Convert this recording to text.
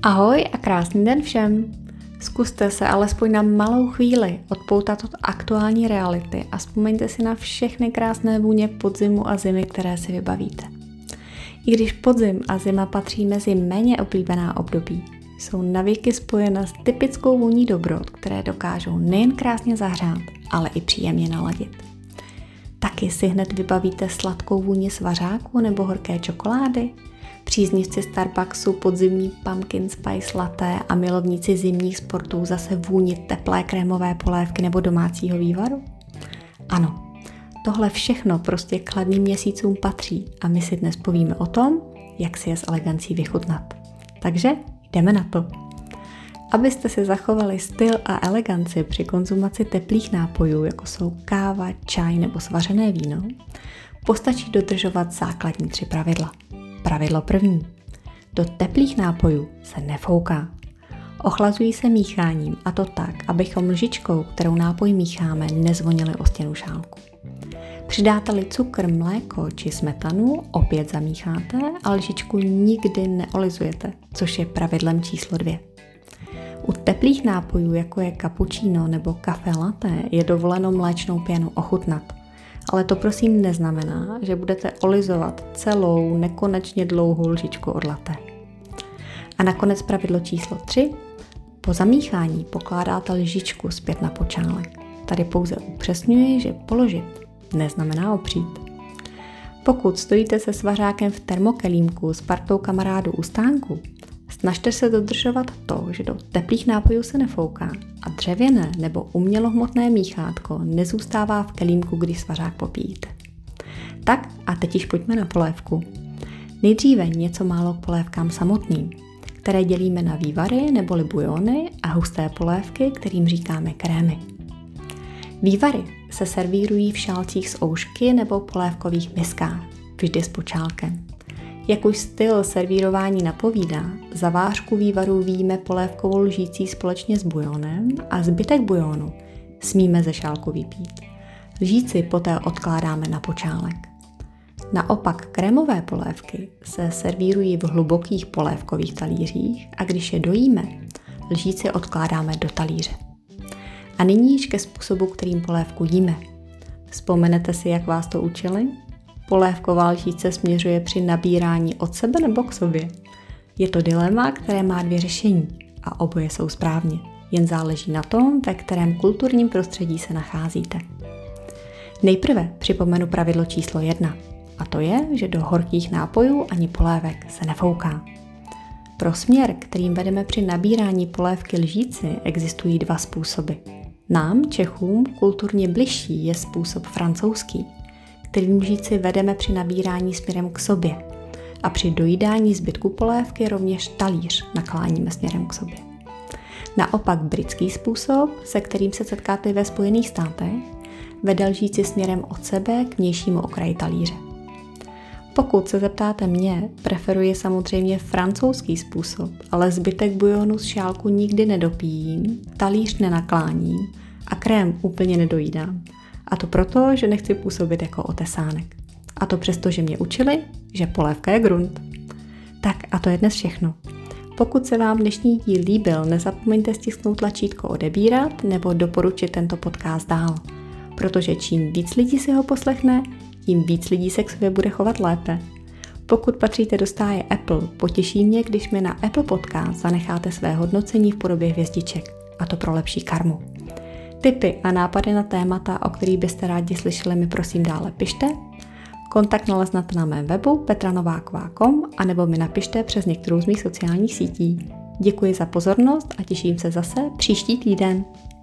Ahoj a krásný den všem! Zkuste se alespoň na malou chvíli odpoutat od aktuální reality a vzpomeňte si na všechny krásné vůně podzimu a zimy, které si vybavíte. I když podzim a zima patří mezi méně oblíbená období, jsou navěky spojena s typickou vůní dobrot, které dokážou nejen krásně zahřát, ale i příjemně naladit. Taky si hned vybavíte sladkou vůni svařáku nebo horké čokolády? Příznivci Starbucksu podzimní pumpkin spice latte a milovníci zimních sportů zase vůni teplé krémové polévky nebo domácího vývaru? Ano, tohle všechno prostě k chladným měsícům patří a my si dnes povíme o tom, jak si je s elegancí vychutnat. Takže jdeme na to. Abyste si zachovali styl a eleganci při konzumaci teplých nápojů, jako jsou káva, čaj nebo svařené víno, postačí dodržovat základní 3 pravidla. Pravidlo první. Do teplých nápojů se nefouká. Ochlazují se mícháním, a to tak, abychom lžičkou, kterou nápoj mícháme, nezvonili o stěnu šálku. Přidáte-li cukr, mléko či smetanu, opět zamícháte a lžičku nikdy neolizujete, což je pravidlem číslo 2. U teplých nápojů, jako je cappuccino nebo kafe latte, je dovoleno mléčnou pěnu ochutnat. Ale to prosím neznamená, že budete olizovat celou nekonečně dlouhou lžičku od latte. A nakonec pravidlo číslo 3. Po zamíchání pokládáte lžičku zpět na počálek. Tady pouze upřesňuji, že položit neznamená opřít. Pokud stojíte se svařákem v termokelímku s partou kamarádů u stánku, snažte se dodržovat to, že do teplých nápojů se nefouká a dřevěné nebo umělohmotné míchátko nezůstává v kelímku, když svařák popíjíte. Tak a teď již pojďme na polévku. Nejdříve něco málo k polévkám samotným, které dělíme na vývary neboli bujony a husté polévky, kterým říkáme krémy. Vývary se servírují v šálcích z oušky nebo polévkových miskách, vždy s počálkem. Jak už styl servírování napovídá, za vářku vývaru vyjíme polévkovou lžící společně s bujonem a zbytek bujonu smíme ze šálku vypít. Lžíci poté odkládáme na počálek. Naopak krémové polévky se servírují v hlubokých polévkových talířích a když je dojíme, lžíci odkládáme do talíře. A nyní již ke způsobu, kterým polévku jíme. Vzpomenete si, jak vás to učili? Polévková lžíce směřuje při nabírání od sebe nebo k sobě. Je to dilema, které má 2 řešení a oboje jsou správně. Jen záleží na tom, ve kterém kulturním prostředí se nacházíte. Nejprve připomenu pravidlo číslo 1 a to je, že do horkých nápojů ani polévek se nefouká. Pro směr, kterým vedeme při nabírání polévky lžíci, existují 2 způsoby. Nám, Čechům, kulturně bližší je způsob francouzský, kterým lžíci vedeme při nabírání směrem k sobě a při dojídání zbytku polévky rovněž talíř nakláníme směrem k sobě. Naopak britský způsob, se kterým se setkáte ve Spojených státech, vede lžíci směrem od sebe k vnějšímu okraji talíře. Pokud se zeptáte mě, preferuji samozřejmě francouzský způsob, ale zbytek bujonu z šálku nikdy nedopijím, talíř nenakláním a krém úplně nedojídám. A to proto, že nechci působit jako otesánek. A to přesto, že mě učili, že polévka je grunt. Tak a to je dnes všechno. Pokud se vám dnešní díl líbil, nezapomeňte stisknout tlačítko odebírat nebo doporučit tento podcast dál. Protože čím víc lidí si ho poslechne, tím víc lidí se k sobě bude chovat lépe. Pokud patříte do stáje Apple, potěší mě, když mi na Apple Podcast zanecháte své hodnocení v podobě hvězdiček. A to pro lepší karmu. Tipy a nápady na témata, o kterých byste rádi slyšeli, mi prosím dále pište. Kontakt naleznete na mém webu petranováková.com a nebo mi napište přes některou z mých sociálních sítí. Děkuji za pozornost a těším se zase příští týden.